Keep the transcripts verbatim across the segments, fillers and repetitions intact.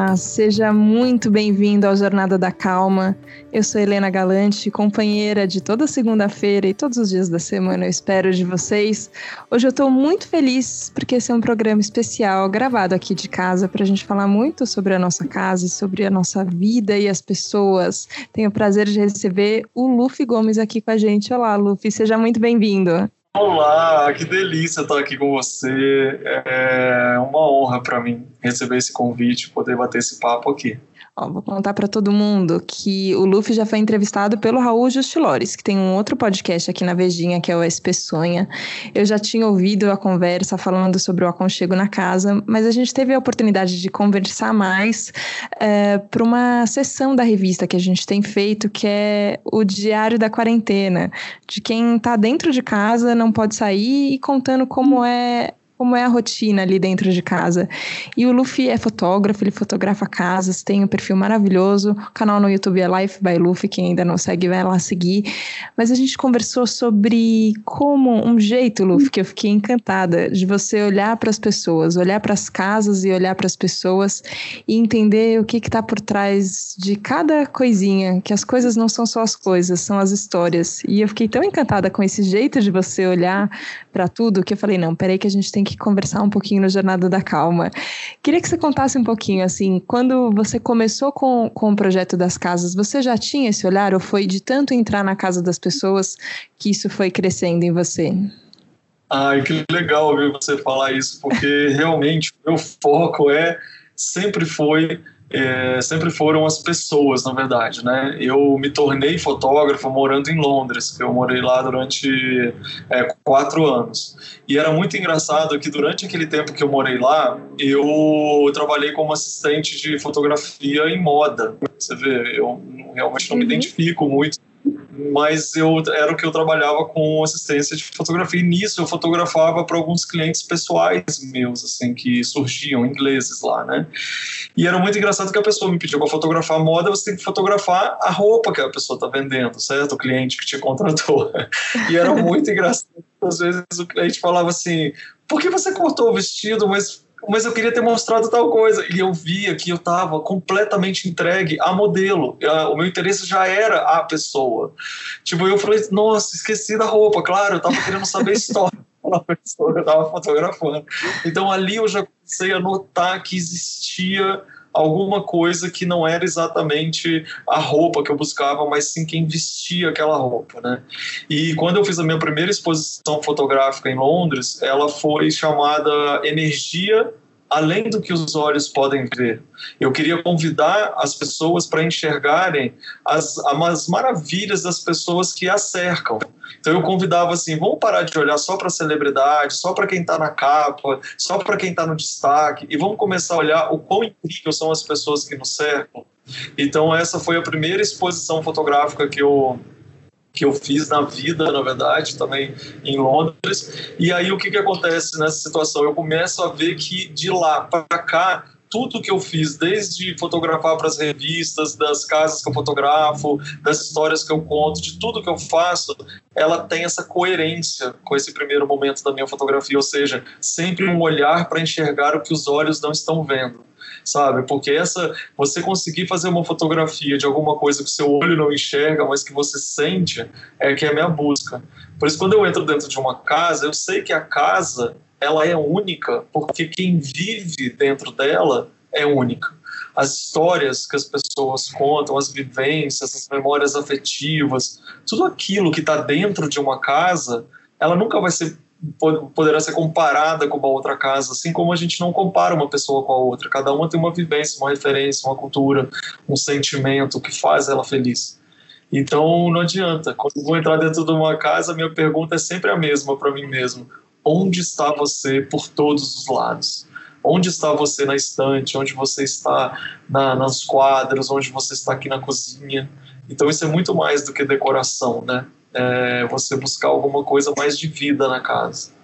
Olá, seja muito bem-vindo ao Jornada da Calma. Eu sou Helena Galante, companheira de toda segunda-feira e todos os dias da semana, eu espero, de vocês. Hoje eu estou muito feliz porque esse é um programa especial, gravado aqui de casa, para a gente falar muito sobre a nossa casa e sobre a nossa vida e as pessoas. Tenho o prazer de receber o Luffy Gomes aqui com a gente. Olá, Luffy, seja muito bem-vindo. Olá, que delícia estar aqui com você. É uma honra para mim receber esse convite, poder bater esse papo aqui. Ó, vou contar para todo mundo que o Luffy já foi entrevistado pelo Raul Justilores, que tem um outro podcast aqui na Vejinha, que é o S P Sonha. Eu já tinha ouvido a conversa falando sobre o aconchego na casa, mas a gente teve a oportunidade de conversar mais é, para uma sessão da revista que a gente tem feito, que é o Diário da Quarentena, de quem está dentro de casa, não pode sair, e contando como é como é a rotina ali dentro de casa. E o Luffy é fotógrafo, ele fotografa casas, tem um perfil maravilhoso, o canal no YouTube é Life by Luffy, quem ainda não segue vai lá seguir. Mas a gente conversou sobre como um jeito, Luffy, que eu fiquei encantada, de você olhar para as pessoas, olhar para as casas e olhar para as pessoas e entender o que está por trás de cada coisinha, que as coisas não são só as coisas, são as histórias. E eu fiquei tão encantada com esse jeito de você olhar para tudo, que eu falei, não, peraí que a gente tem que conversar um pouquinho no Jornada da Calma. Queria que você contasse um pouquinho, assim, quando você começou com, com o projeto das casas, você já tinha esse olhar ou foi de tanto entrar na casa das pessoas que isso foi crescendo em você? Ai, que legal ouvir você falar isso, porque realmente o meu foco é, sempre foi, é, sempre foram as pessoas, na verdade, né? Eu me tornei fotógrafo morando em Londres, eu morei lá durante é, quatro anos. E era muito engraçado que durante aquele tempo que eu morei lá, eu trabalhei como assistente de fotografia em moda. Você vê, eu realmente não me identifico muito, mas eu, era o que eu trabalhava com assistência de fotografia, e nisso eu fotografava para alguns clientes pessoais meus, assim, que surgiam, ingleses lá, né? E era muito engraçado que a pessoa me pediu para fotografar a moda, você tem que fotografar a roupa que a pessoa está vendendo, certo? O cliente que te contratou. E era muito engraçado. Às vezes o cliente falava assim, por que você cortou o vestido, mas... mas eu queria ter mostrado tal coisa, e eu via que eu estava completamente entregue à modelo, o meu interesse já era a pessoa, tipo, eu falei, nossa, esqueci da roupa, claro, eu estava querendo saber a história da pessoa que eu estava fotografando. Então ali eu já comecei a notar que existia alguma coisa que não era exatamente a roupa que eu buscava, mas sim quem vestia aquela roupa, né? E quando eu fiz a minha primeira exposição fotográfica em Londres, ela foi chamada Energia Além do que os olhos podem ver. Eu queria convidar as pessoas para enxergarem as, as maravilhas das pessoas que a cercam. Então eu convidava assim, vamos parar de olhar só para a celebridade, só para quem está na capa, só para quem está no destaque, e vamos começar a olhar o quão incríveis são as pessoas que nos cercam. Então essa foi a primeira exposição fotográfica que eu... que eu fiz na vida, na verdade, também em Londres. E aí o que, que acontece nessa situação? Eu começo a ver que de lá para cá, tudo que eu fiz, desde fotografar para as revistas, das casas que eu fotografo, das histórias que eu conto, de tudo que eu faço, ela tem essa coerência com esse primeiro momento da minha fotografia, ou seja, sempre um olhar para enxergar o que os olhos não estão vendo. Sabe? Porque essa, você conseguir fazer uma fotografia de alguma coisa que o seu olho não enxerga, mas que você sente, é que é a minha busca. Por isso, quando eu entro dentro de uma casa, eu sei que a casa, ela é única, porque quem vive dentro dela é única. As histórias que as pessoas contam, as vivências, as memórias afetivas, tudo aquilo que está dentro de uma casa, ela nunca vai ser poderá ser comparada com uma outra casa, assim como a gente não compara uma pessoa com a outra. Cada uma tem uma vivência, uma referência, uma cultura, um sentimento que faz ela feliz. Então não adianta. Quando eu vou entrar dentro de uma casa, a minha pergunta é sempre a mesma para mim mesmo. Onde está você por todos os lados? Onde está você na estante? Onde você está na, nas quadras? Onde você está aqui na cozinha? Então isso é muito mais do que decoração, né? É você buscar alguma coisa mais de vida na casa.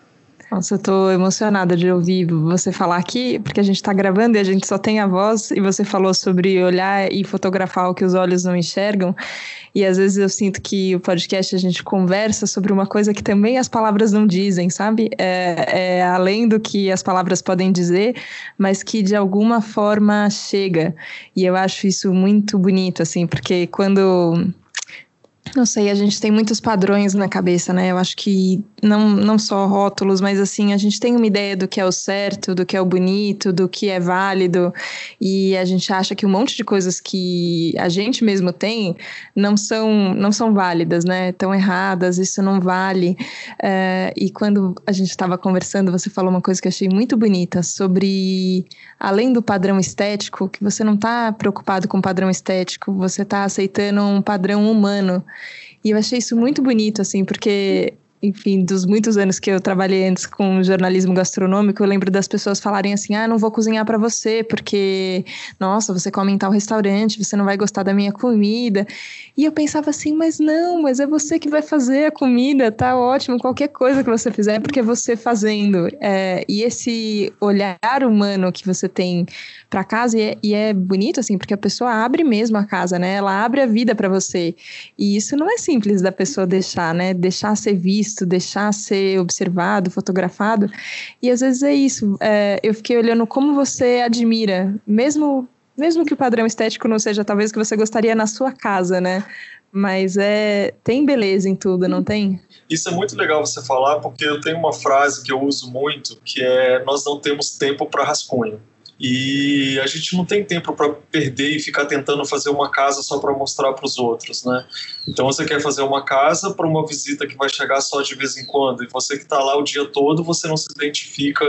Nossa, eu tô emocionada de ouvir você falar aqui, porque a gente tá gravando e a gente só tem a voz, e você falou sobre olhar e fotografar o que os olhos não enxergam, e às vezes eu sinto que o podcast a gente conversa sobre uma coisa que também as palavras não dizem, sabe? É, é além do que as palavras podem dizer, mas que de alguma forma chega, e eu acho isso muito bonito, assim, porque quando... Não sei, a gente tem muitos padrões na cabeça, né? Eu acho que não, não só rótulos, mas assim, a gente tem uma ideia do que é o certo, do que é o bonito, do que é válido, e a gente acha que um monte de coisas que a gente mesmo tem não são, não são válidas, né? Estão erradas, isso não vale. É, e quando a gente estava conversando, você falou uma coisa que eu achei muito bonita sobre, além do padrão estético, que você não está preocupado com o padrão estético, você está aceitando um padrão humano. E eu achei isso muito bonito, assim, porque, enfim, dos muitos anos que eu trabalhei antes com jornalismo gastronômico, eu lembro das pessoas falarem assim, ah, não vou cozinhar para você, porque, nossa, você come em tal restaurante, você não vai gostar da minha comida. E eu pensava assim, mas não, mas é você que vai fazer a comida, tá ótimo, qualquer coisa que você fizer, porque é você fazendo. É, e esse olhar humano que você tem para casa, e é, e é bonito, assim, porque a pessoa abre mesmo a casa, né? Ela abre a vida para você. E isso não é simples da pessoa deixar, né? Deixar ser visto, deixar ser observado, fotografado. E às vezes é isso. É, eu fiquei olhando como você admira, mesmo, mesmo que o padrão estético não seja talvez o que você gostaria na sua casa, né? Mas é, tem beleza em tudo, não tem? Isso é muito legal você falar, porque eu tenho uma frase que eu uso muito, que é: nós não temos tempo para rascunho. E a gente não tem tempo para perder e ficar tentando fazer uma casa só para mostrar para os outros, né? Então você quer fazer uma casa para uma visita que vai chegar só de vez em quando, e você que está lá o dia todo, você não se identifica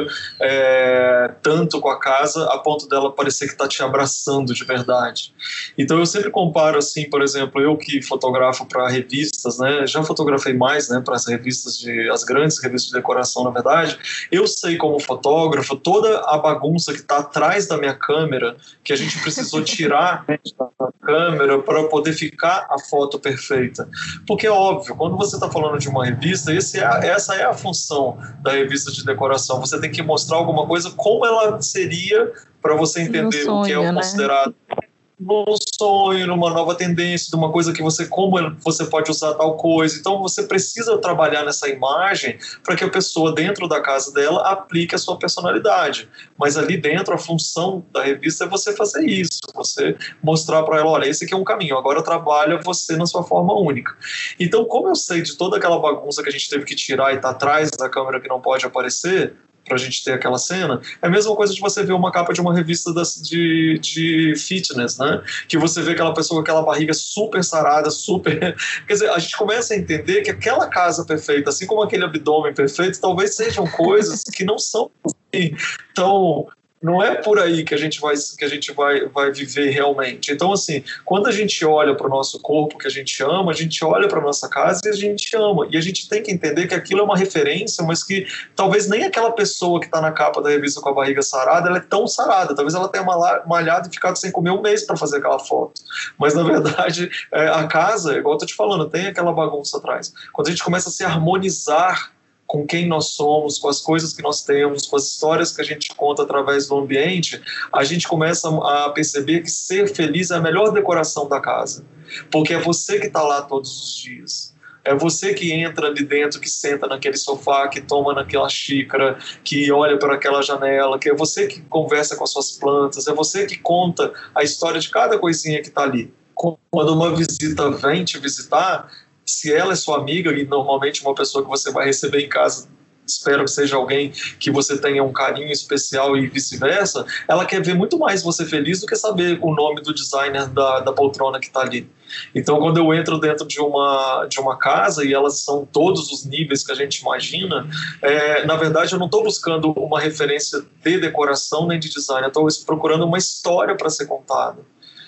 é, tanto com a casa a ponto dela parecer que está te abraçando de verdade. Então eu sempre comparo assim, por exemplo, eu que fotografo para revistas, né? Já fotografei mais, né, para as revistas de, as grandes revistas de decoração, na verdade. Eu sei como fotógrafo toda a bagunça que está atrás da minha câmera, que a gente precisou tirar da câmera para poder ficar a foto perfeita. Porque é óbvio, quando você está falando de uma revista, esse é a, essa é a função da revista de decoração. Você tem que mostrar alguma coisa como ela seria para você entender sonho, o que é o considerado... Né? Num sonho, numa nova tendência, de uma coisa que você, como você pode usar tal coisa. Então você precisa trabalhar nessa imagem para que a pessoa dentro da casa dela aplique a sua personalidade. Mas ali dentro a função da revista é você fazer isso, você mostrar para ela, olha, esse aqui é um caminho, agora trabalha você na sua forma única. Então, como eu sei de toda aquela bagunça que a gente teve que tirar e tá atrás da câmera que não pode aparecer, pra gente ter aquela cena, é a mesma coisa de você ver uma capa de uma revista das, de, de fitness, né? Que você vê aquela pessoa com aquela barriga super sarada, super... Quer dizer, a gente começa a entender que aquela casa perfeita, assim como aquele abdômen perfeito, talvez sejam coisas que não são assim. Então... não é por aí que a gente vai, que a gente vai, vai viver realmente. Então, assim, quando a gente olha para o nosso corpo que a gente ama, a gente olha para a nossa casa e a gente ama. E a gente tem que entender que aquilo é uma referência, mas que talvez nem aquela pessoa que está na capa da revista com a barriga sarada, ela é tão sarada. Talvez ela tenha malhado e ficado sem comer um mês para fazer aquela foto. Mas, na verdade, é, a casa, igual eu estou te falando, tem aquela bagunça atrás. Quando a gente começa a se harmonizar com quem nós somos, com as coisas que nós temos, com as histórias que a gente conta através do ambiente, a gente começa a perceber que ser feliz é a melhor decoração da casa. Porque é você que está lá todos os dias. É você que entra ali dentro, que senta naquele sofá, que toma naquela xícara, que olha para aquela janela, que é você que conversa com as suas plantas, é você que conta a história de cada coisinha que está ali. Quando uma visita vem te visitar, se ela é sua amiga, e normalmente uma pessoa que você vai receber em casa, espero que seja alguém que você tenha um carinho especial e vice-versa, ela quer ver muito mais você feliz do que saber o nome do designer da, da poltrona que está ali. Então, quando eu entro dentro de uma, de uma casa, e elas são todos os níveis que a gente imagina, é, na verdade eu não estou buscando uma referência de decoração nem de design, eu estou procurando uma história para ser contada.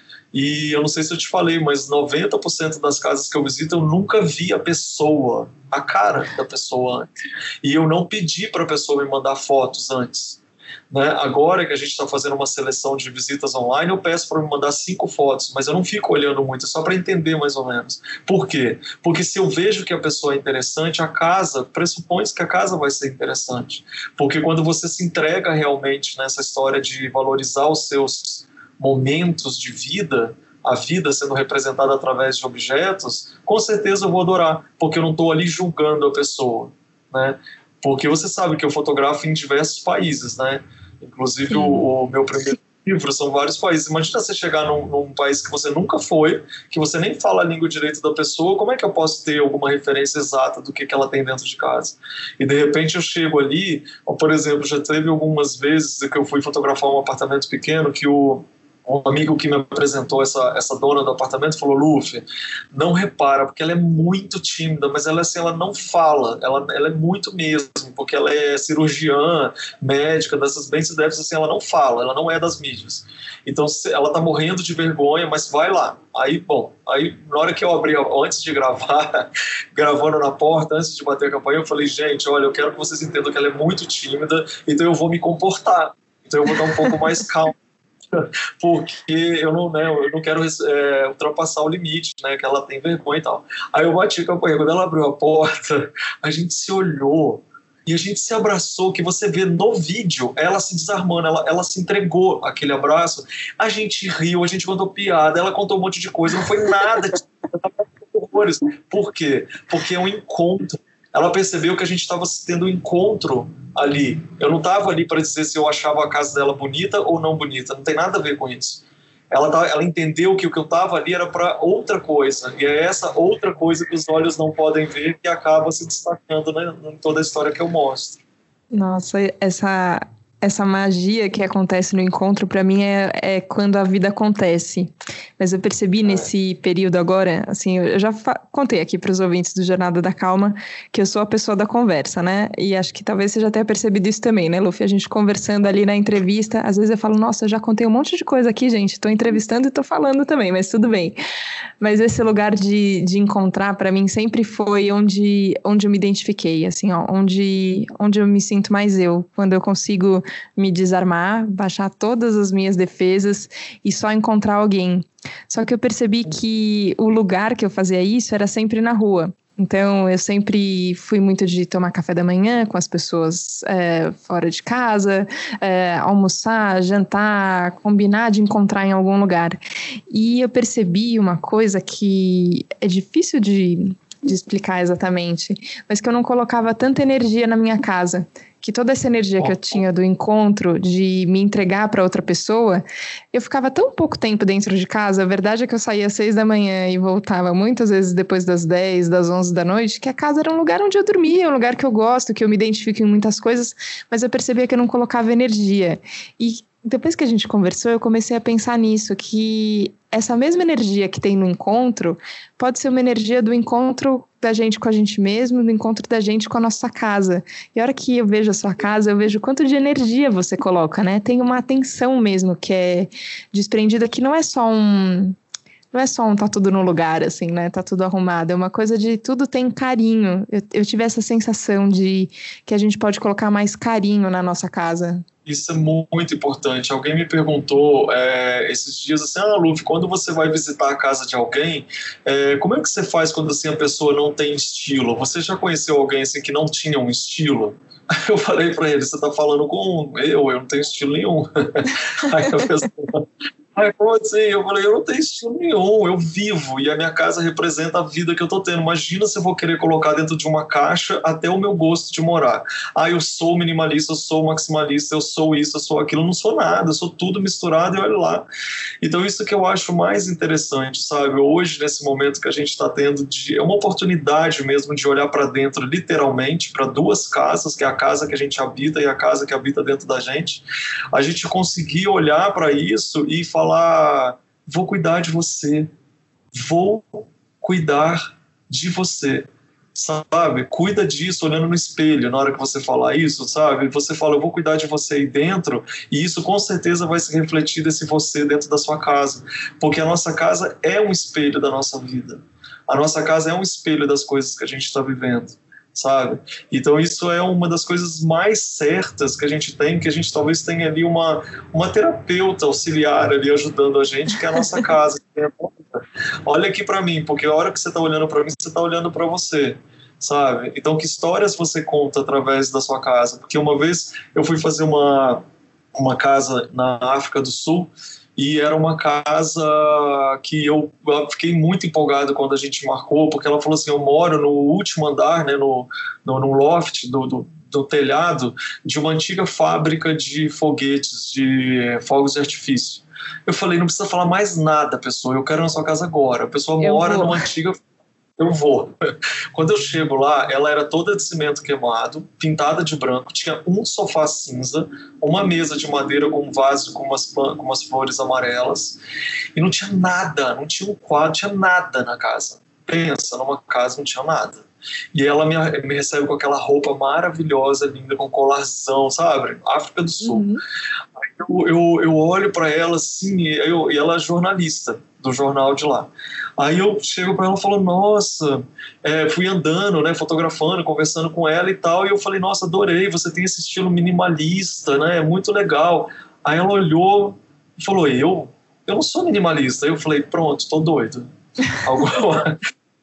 E eu não sei se eu te falei, mas noventa por cento das casas que eu visito eu nunca vi a pessoa, a cara da pessoa antes. E eu não pedi para a pessoa me mandar fotos antes. né? Agora que a gente está fazendo uma seleção de visitas online, eu peço para me mandar cinco fotos, mas eu não fico olhando muito, é só para entender mais ou menos. Por quê? Porque se eu vejo que a pessoa é interessante, a casa pressupõe que a casa vai ser interessante. Porque quando você se entrega realmente nessa história de valorizar os seus momentos de vida, a vida sendo representada através de objetos, com certeza eu vou adorar, porque eu não estou ali julgando a pessoa, né? Porque você sabe que eu fotografo em diversos países, né? Inclusive o, o meu primeiro livro são vários países. Imagina você chegar num, num país que você nunca foi, que você nem fala a língua direito da pessoa, como é que eu posso ter alguma referência exata do que, que ela tem dentro de casa? E de repente eu chego ali, ou, por exemplo, já teve algumas vezes que eu fui fotografar um apartamento pequeno que o um amigo que me apresentou essa, essa dona do apartamento falou: Luffy, não repara, porque ela é muito tímida, mas ela, assim, ela não fala, ela, ela é muito mesmo, porque ela é cirurgiã, médica, dessas bem se deve, assim, ela não fala, ela não é das mídias. Então ela tá morrendo de vergonha, mas vai lá. Aí, bom, aí na hora que eu abri, antes de gravar, gravando na porta, antes de bater a campanha, eu falei: gente, olha, eu quero que vocês entendam que ela é muito tímida, então eu vou me comportar, então eu vou dar um pouco mais calmo, porque eu não, né, eu não quero é, ultrapassar o limite, né, que ela tem vergonha e tal. Aí eu bati a campanha, quando ela abriu a porta, a gente se olhou e a gente se abraçou, que você vê no vídeo ela se desarmando, ela, ela se entregou aquele abraço, a gente riu, a gente contou piada, ela contou um monte de coisa, não foi nada de... Por quê? Porque é um encontro. Ela percebeu que a gente estava tendo um encontro ali. Eu não estava ali para dizer se eu achava a casa dela bonita ou não bonita. Não tem nada a ver com isso. Ela, tá, ela entendeu que o que eu estava ali era para outra coisa. E é essa outra coisa que os olhos não podem ver que acaba se destacando, né, em toda a história que eu mostro. Nossa, essa... essa magia que acontece no encontro, para mim, é, é quando a vida acontece. Mas eu percebi nesse período agora, assim, eu já contei aqui para os ouvintes do Jornada da Calma que eu sou a pessoa da conversa, né? E acho que talvez você já tenha percebido isso também, né, Luffy? A gente conversando ali na entrevista, às vezes eu falo: nossa, eu já contei um monte de coisa aqui, gente, tô entrevistando e tô falando também, mas tudo bem. Mas esse lugar de, de encontrar, para mim, sempre foi onde, onde eu me identifiquei, assim, ó, onde, onde eu me sinto mais eu, quando eu consigo me desarmar, baixar todas as minhas defesas e só encontrar alguém. Só que eu percebi que o lugar que eu fazia isso era sempre na rua. Então, eu sempre fui muito de tomar café da manhã com as pessoas é, fora de casa, é, almoçar, jantar, combinar de encontrar em algum lugar. E eu percebi uma coisa que é difícil de, de explicar exatamente, mas que eu não colocava tanta energia na minha casa. Que toda essa energia que eu tinha do encontro, de me entregar para outra pessoa, eu ficava tão pouco tempo dentro de casa. A verdade é que eu saía às seis da manhã e voltava muitas vezes depois das dez, das onze da noite, que a casa era um lugar onde eu dormia, um lugar que eu gosto, que eu me identifico em muitas coisas, mas eu percebia que eu não colocava energia. E depois que a gente conversou, eu comecei a pensar nisso, que essa mesma energia que tem no encontro pode ser uma energia do encontro da gente com a gente mesmo, do encontro da gente com a nossa casa. E a hora que eu vejo a sua casa, eu vejo quanto de energia você coloca, né? Tem uma atenção mesmo que é desprendida, que não é só um... Não é só um tá tudo no lugar, assim, né? Tá tudo arrumado. É uma coisa de tudo tem carinho. Eu, eu tive essa sensação de que a gente pode colocar mais carinho na nossa casa. Isso é muito importante. Alguém me perguntou é, esses dias assim: ah, Luffy, quando você vai visitar a casa de alguém, é, como é que você faz quando assim, a pessoa não tem estilo? Você já conheceu alguém assim que não tinha um estilo? Eu falei para ele: você está falando com eu, eu não tenho estilo nenhum. Aí a pessoa... Aí, como assim? Eu falei: eu não tenho estilo nenhum, eu vivo, e a minha casa representa a vida que eu tô tendo. Imagina se eu vou querer colocar dentro de uma caixa até o meu gosto de morar. Ah, eu sou minimalista, eu sou maximalista, eu sou isso, eu sou aquilo. Eu não sou nada, eu sou tudo misturado e olha lá. Então isso que eu acho mais interessante, sabe? Hoje, nesse momento que a gente está tendo, de, é uma oportunidade mesmo de olhar para dentro, literalmente, para duas casas, que é a casa que a gente habita e a casa que habita dentro da gente. A gente conseguir olhar para isso e falar: falar, vou cuidar de você, vou cuidar de você, sabe? Cuida disso olhando no espelho na hora que você falar isso, sabe? Você fala: eu vou cuidar de você aí dentro, e isso com certeza vai se refletir desse você dentro da sua casa, porque a nossa casa é um espelho da nossa vida, a nossa casa é um espelho das coisas que a gente está vivendo, sabe? Então isso é uma das coisas mais certas que a gente tem, que a gente talvez tenha ali uma, uma terapeuta auxiliar ali ajudando a gente, que é a nossa casa. Olha aqui para mim, porque a hora que você está olhando para mim, você está olhando para você, sabe? Então que histórias você conta através da sua casa? Porque uma vez eu fui fazer uma, uma casa na África do Sul, e era uma casa que eu, eu fiquei muito empolgado quando a gente marcou, porque ela falou assim, eu moro no último andar, né, no, no, no loft do, do, do telhado de uma antiga fábrica de foguetes, de fogos de artifício. Eu falei, não precisa falar mais nada, pessoa, eu quero na sua casa agora. A pessoa Eu mora vou. numa antiga... Eu vou. Quando eu chego lá, ela era toda de cimento queimado, pintada de branco, tinha um sofá cinza, uma mesa de madeira com um vaso com umas, com umas flores amarelas, e não tinha nada, não tinha um quadro, não tinha nada na casa. Pensa, numa casa não tinha nada. E ela me, me recebe com aquela roupa maravilhosa, linda, com colarzão, sabe? África do Sul. Uhum. Aí eu, eu, eu olho para ela assim, e, eu, e ela é jornalista do jornal de lá. Aí eu chego para ela e falo, nossa, é, fui andando, né, fotografando, conversando com ela e tal, e eu falei, nossa, adorei, você tem esse estilo minimalista, né, é muito legal. Aí ela olhou e falou, eu? Eu não sou minimalista. Aí eu falei, pronto, tô doido. Agora,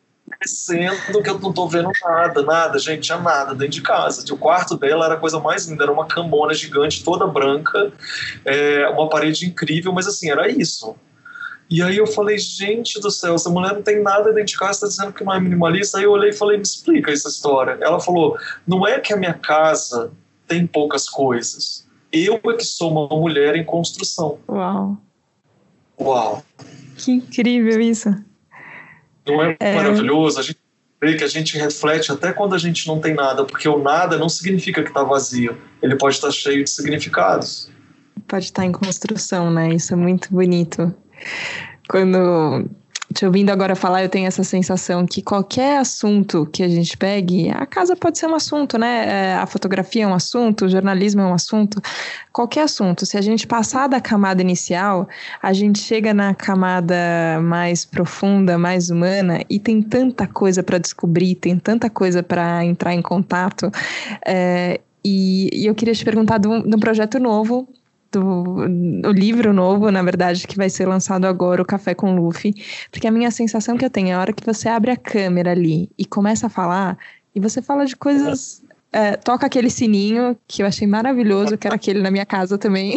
sendo que eu não tô vendo nada, nada, gente, tinha nada dentro de casa. O quarto dela era a coisa mais linda, era uma camona gigante, toda branca, é, uma parede incrível, mas assim, era isso. E aí eu falei, gente do céu, essa mulher não tem nada dentro de casa, está dizendo que não é minimalista. Aí eu olhei e falei, me explica essa história. Ela falou, não é que a minha casa tem poucas coisas, eu é que sou uma mulher em construção. Uau. Uau. Que incrível isso. Não é, é maravilhoso? A gente vê que a gente reflete até quando a gente não tem nada, porque o nada não significa que está vazio, ele pode estar cheio de significados. Pode estar em construção, né? Isso é muito bonito. Quando te ouvindo agora falar, eu tenho essa sensação que qualquer assunto que a gente pegue, a casa pode ser um assunto, né? A fotografia é um assunto, o jornalismo é um assunto, qualquer assunto. Se a gente passar da camada inicial, a gente chega na camada mais profunda, mais humana, e tem tanta coisa para descobrir, tem tanta coisa para entrar em contato. É, e, e eu queria te perguntar de um, de um projeto novo, Do, o livro novo, na verdade, que vai ser lançado agora, o Café com Luffy, porque a minha sensação que eu tenho é a hora que você abre a câmera ali e começa a falar, e você fala de coisas, é, toca aquele sininho, que eu achei maravilhoso, que era aquele na minha casa também,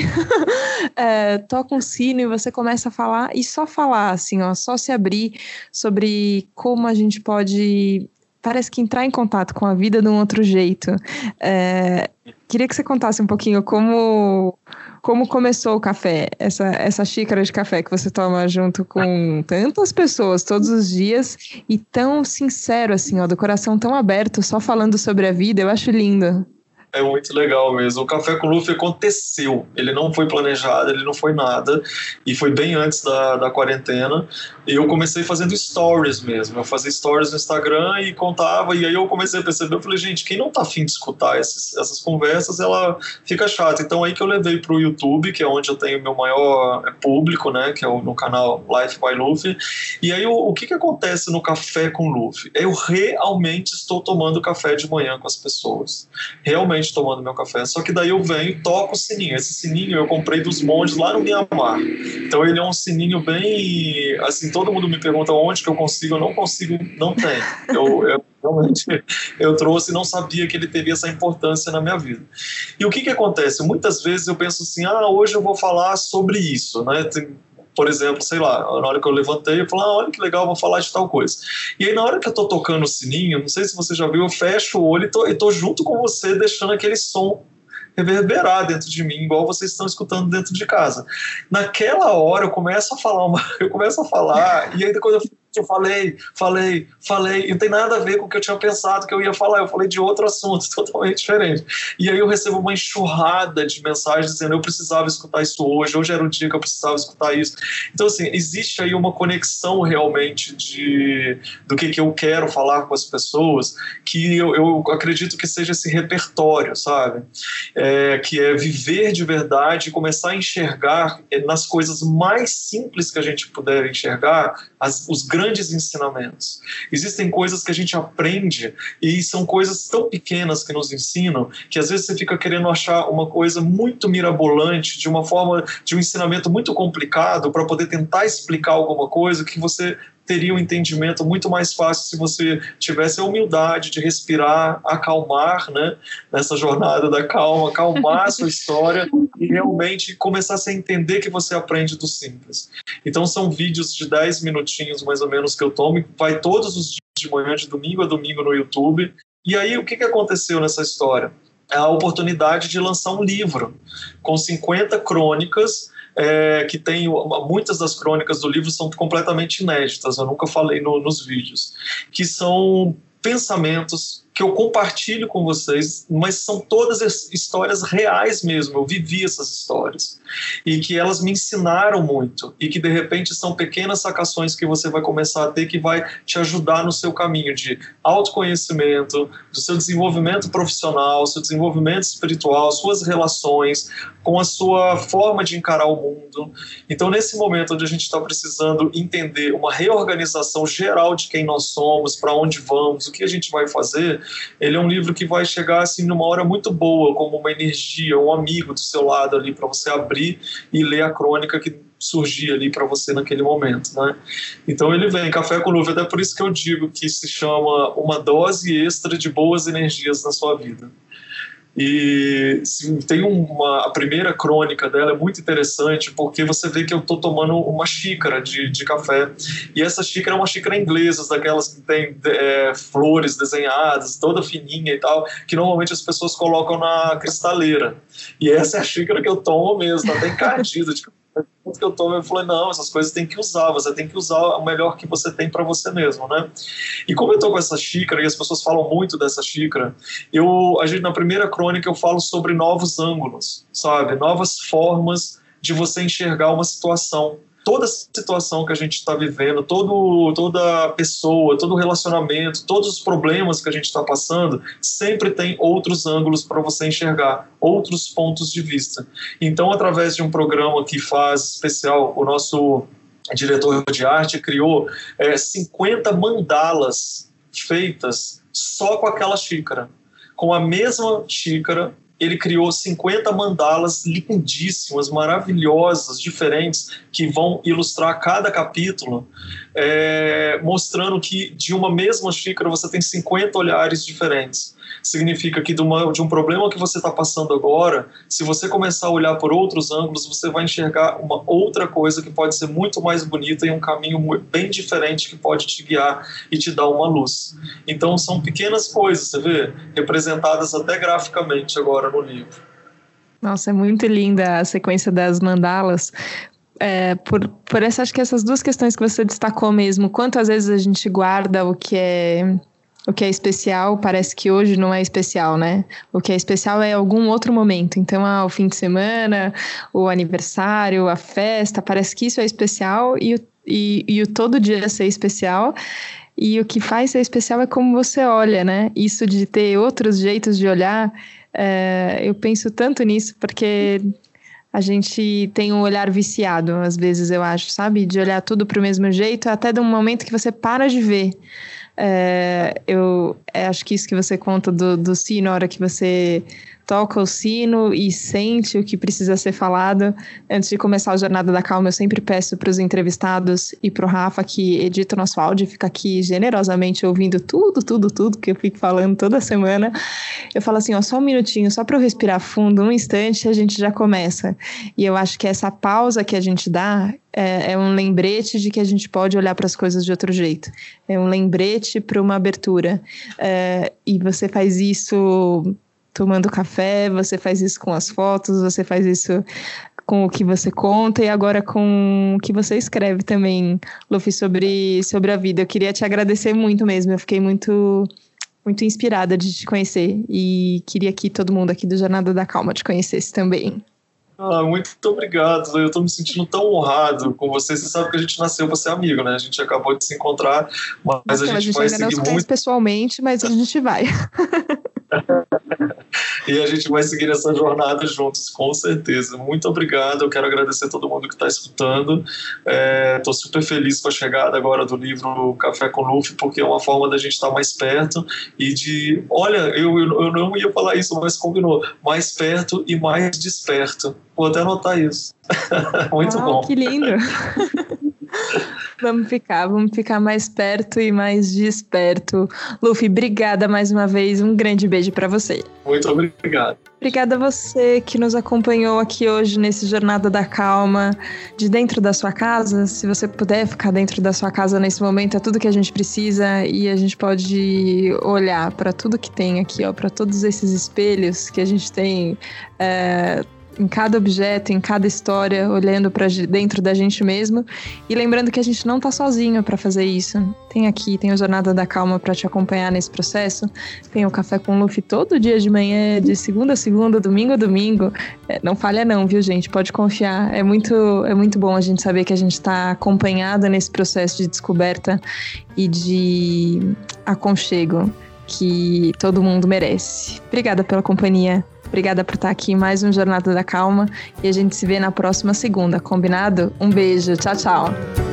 é, toca um sino e você começa a falar, e só falar, assim, ó, só se abrir sobre como a gente pode... Parece que entrar em contato com a vida de um outro jeito. É, queria que você contasse um pouquinho como, como começou o café, essa, essa xícara de café que você toma junto com tantas pessoas todos os dias e tão sincero, assim, ó, do coração tão aberto, só falando sobre a vida. Eu acho lindo. É muito legal mesmo. O Café com Luffy aconteceu. Ele não foi planejado, ele não foi nada. E foi bem antes da, da quarentena. E eu comecei fazendo stories mesmo. Eu fazia stories no Instagram e contava. E aí eu comecei a perceber, eu falei, gente, quem não tá afim de escutar esses, essas conversas, ela fica chata. Então aí que eu levei pro YouTube, que é onde eu tenho meu maior público, né? Que é o, no canal Life by Luffy. E aí o, o que que acontece no Café com Luffy? Eu realmente estou tomando café de manhã com as pessoas. Realmente tomando meu café, só que daí eu venho e toco o sininho. Esse sininho eu comprei dos monges lá no Mianmar, então ele é um sininho bem, assim, todo mundo me pergunta onde que eu consigo, eu não consigo, não tem, eu, eu realmente, eu trouxe e não sabia que ele teria essa importância na minha vida. E o que que acontece? Muitas vezes eu penso assim, ah, hoje eu vou falar sobre isso, né, tem, por exemplo, sei lá, na hora que eu levantei, eu falei, ah, olha que legal, vou falar de tal coisa. E aí, na hora que eu tô tocando o sininho, não sei se você já viu, eu fecho o olho e tô, e tô junto com você, deixando aquele som reverberar dentro de mim, igual vocês estão escutando dentro de casa. Naquela hora, eu começo a falar, uma, eu começo a falar, e aí depois eu eu falei, falei, falei, e não tem nada a ver com o que eu tinha pensado que eu ia falar, eu falei de outro assunto totalmente diferente. E aí eu recebo uma enxurrada de mensagens dizendo eu precisava escutar isso hoje, hoje era o dia que eu precisava escutar isso. Então, assim, existe aí uma conexão realmente de, do que, que eu quero falar com as pessoas, que eu, eu acredito que seja esse repertório, sabe? É, que é viver de verdade e começar a enxergar nas coisas mais simples que a gente puder enxergar, as, os grandes ensinamentos. Existem coisas que a gente aprende e são coisas tão pequenas que nos ensinam, que às vezes você fica querendo achar uma coisa muito mirabolante, de uma forma, de um ensinamento muito complicado para poder tentar explicar alguma coisa que você teria um entendimento muito mais fácil se você tivesse a humildade de respirar, acalmar, né, nessa jornada da calma, acalmar a sua história e realmente começar a entender que você aprende do simples. Então são vídeos de dez minutinhos mais ou menos que eu tomo, vai todos os dias de manhã, de domingo a domingo no YouTube. E aí o que, que aconteceu nessa história? A oportunidade de lançar um livro com cinquenta crônicas, É, que tem, muitas das crônicas do livro são completamente inéditas, eu nunca falei no, nos vídeos, que são pensamentos que eu compartilho com vocês, mas são todas histórias reais mesmo, eu vivi essas histórias, e que elas me ensinaram muito, e que de repente são pequenas sacações que você vai começar a ter, que vai te ajudar no seu caminho de autoconhecimento, do seu desenvolvimento profissional, seu desenvolvimento espiritual, suas relações, com a sua forma de encarar o mundo. Então nesse momento onde a gente está precisando entender uma reorganização geral de quem nós somos, para onde vamos, o que a gente vai fazer, ele é um livro que vai chegar assim numa hora muito boa, como uma energia, um amigo do seu lado ali, para você abrir e ler a crônica que surgir ali para você naquele momento, né? Então ele vem, Café com Luva, até por isso que eu digo que se chama uma dose extra de boas energias na sua vida. E sim, tem uma, a primeira crônica dela é muito interessante, porque você vê que eu estou tomando uma xícara de, de café, e essa xícara é uma xícara inglesa, daquelas que tem é, flores desenhadas, toda fininha e tal, que normalmente as pessoas colocam na cristaleira, e essa é a xícara que eu tomo mesmo, tá até encardida de que eu tomo. Eu falei, não, essas coisas tem que usar, você tem que usar o melhor que você tem para você mesmo, né? E como eu tô com essa xícara, e as pessoas falam muito dessa xícara, eu, a gente, na primeira crônica eu falo sobre novos ângulos, sabe? Novas formas de você enxergar uma situação. Toda situação que a gente está vivendo, todo, toda pessoa, todo relacionamento, todos os problemas que a gente está passando, sempre tem outros ângulos para você enxergar, outros pontos de vista. Então, através de um programa que faz especial, o nosso diretor de arte criou é, cinquenta mandalas feitas só com aquela xícara. Com a mesma xícara, ele criou cinquenta mandalas lindíssimas, maravilhosas, diferentes, que vão ilustrar cada capítulo, é, mostrando que de uma mesma xícara você tem cinquenta olhares diferentes. Significa que de, uma, de um problema que você está passando agora, se você começar a olhar por outros ângulos, você vai enxergar uma outra coisa que pode ser muito mais bonita e um caminho bem diferente que pode te guiar e te dar uma luz. Então são pequenas coisas, você vê, representadas até graficamente agora no livro. Nossa, é muito linda a sequência das mandalas. É, por, por essa, acho que essas duas questões que você destacou mesmo, quantas vezes a gente guarda o que é... O que é especial parece que hoje não é especial, né? O que é especial é algum outro momento. Então, ah, o fim de semana, o aniversário, a festa, parece que isso é especial e o, e, e o todo dia ser especial. E o que faz ser especial é como você olha, né? Isso de ter outros jeitos de olhar, é, eu penso tanto nisso porque a gente tem um olhar viciado, às vezes, eu acho, sabe? De olhar tudo para o mesmo jeito, até de um momento que você para de ver. É, eu é, acho que isso que você conta do, do sino, a hora que você toca o sino e sente o que precisa ser falado. Antes de começar a Jornada da Calma, eu sempre peço para os entrevistados e para o Rafa, que edita o nosso áudio, fica aqui generosamente ouvindo tudo, tudo, tudo que eu fico falando toda semana. Eu falo assim, ó, só um minutinho, só para eu respirar fundo, um instante, a gente já começa. E eu acho que essa pausa que a gente dá é, é um lembrete de que a gente pode olhar para as coisas de outro jeito. É um lembrete para uma abertura. É, e você faz isso tomando café, você faz isso com as fotos, você faz isso com o que você conta e agora com o que você escreve também, Luffy, sobre, sobre a vida. Eu queria te agradecer muito mesmo, eu fiquei muito, muito inspirada de te conhecer e queria que todo mundo aqui do Jornada da Calma te conhecesse também. Ah, muito obrigado, eu estou me sentindo tão honrado com você. Você sabe que a gente nasceu para ser amigo, né? A gente acabou de se encontrar, mas Nossa, a gente, a gente vai ainda seguir não se conhece muito pessoalmente, mas a gente vai. E a gente vai seguir essa jornada juntos, com certeza. Muito obrigado, eu quero agradecer a todo mundo que está escutando. Estou é, super feliz com a chegada agora do livro Café com Luffy, porque é uma forma da gente estar mais perto e de, olha, eu, eu, eu não ia falar isso, mas combinou, mais perto e mais desperto. Vou até anotar isso. Muito oh, bom. Que lindo! Vamos ficar, vamos ficar mais perto e mais desperto. Luffy, obrigada mais uma vez, um grande beijo para você. Muito obrigado. Obrigada a você que nos acompanhou aqui hoje nesse Jornada da Calma, de dentro da sua casa. Se você puder ficar dentro da sua casa nesse momento, é tudo que a gente precisa e a gente pode olhar para tudo que tem aqui, ó, para todos esses espelhos que a gente tem é, em cada objeto, em cada história, olhando para dentro da gente mesmo e lembrando que a gente não tá sozinho para fazer isso. Tem aqui, tem o Jornada da Calma para te acompanhar nesse processo, tem o Café com Luffy todo dia de manhã, de segunda a segunda, domingo a domingo. É, não falha não, viu, gente? Pode confiar. É muito, é muito bom a gente saber que a gente tá acompanhada nesse processo de descoberta e de aconchego que todo mundo merece. Obrigada pela companhia. Obrigada por estar aqui em mais um Jornada da Calma e a gente se vê na próxima segunda, combinado? Um beijo, tchau, tchau.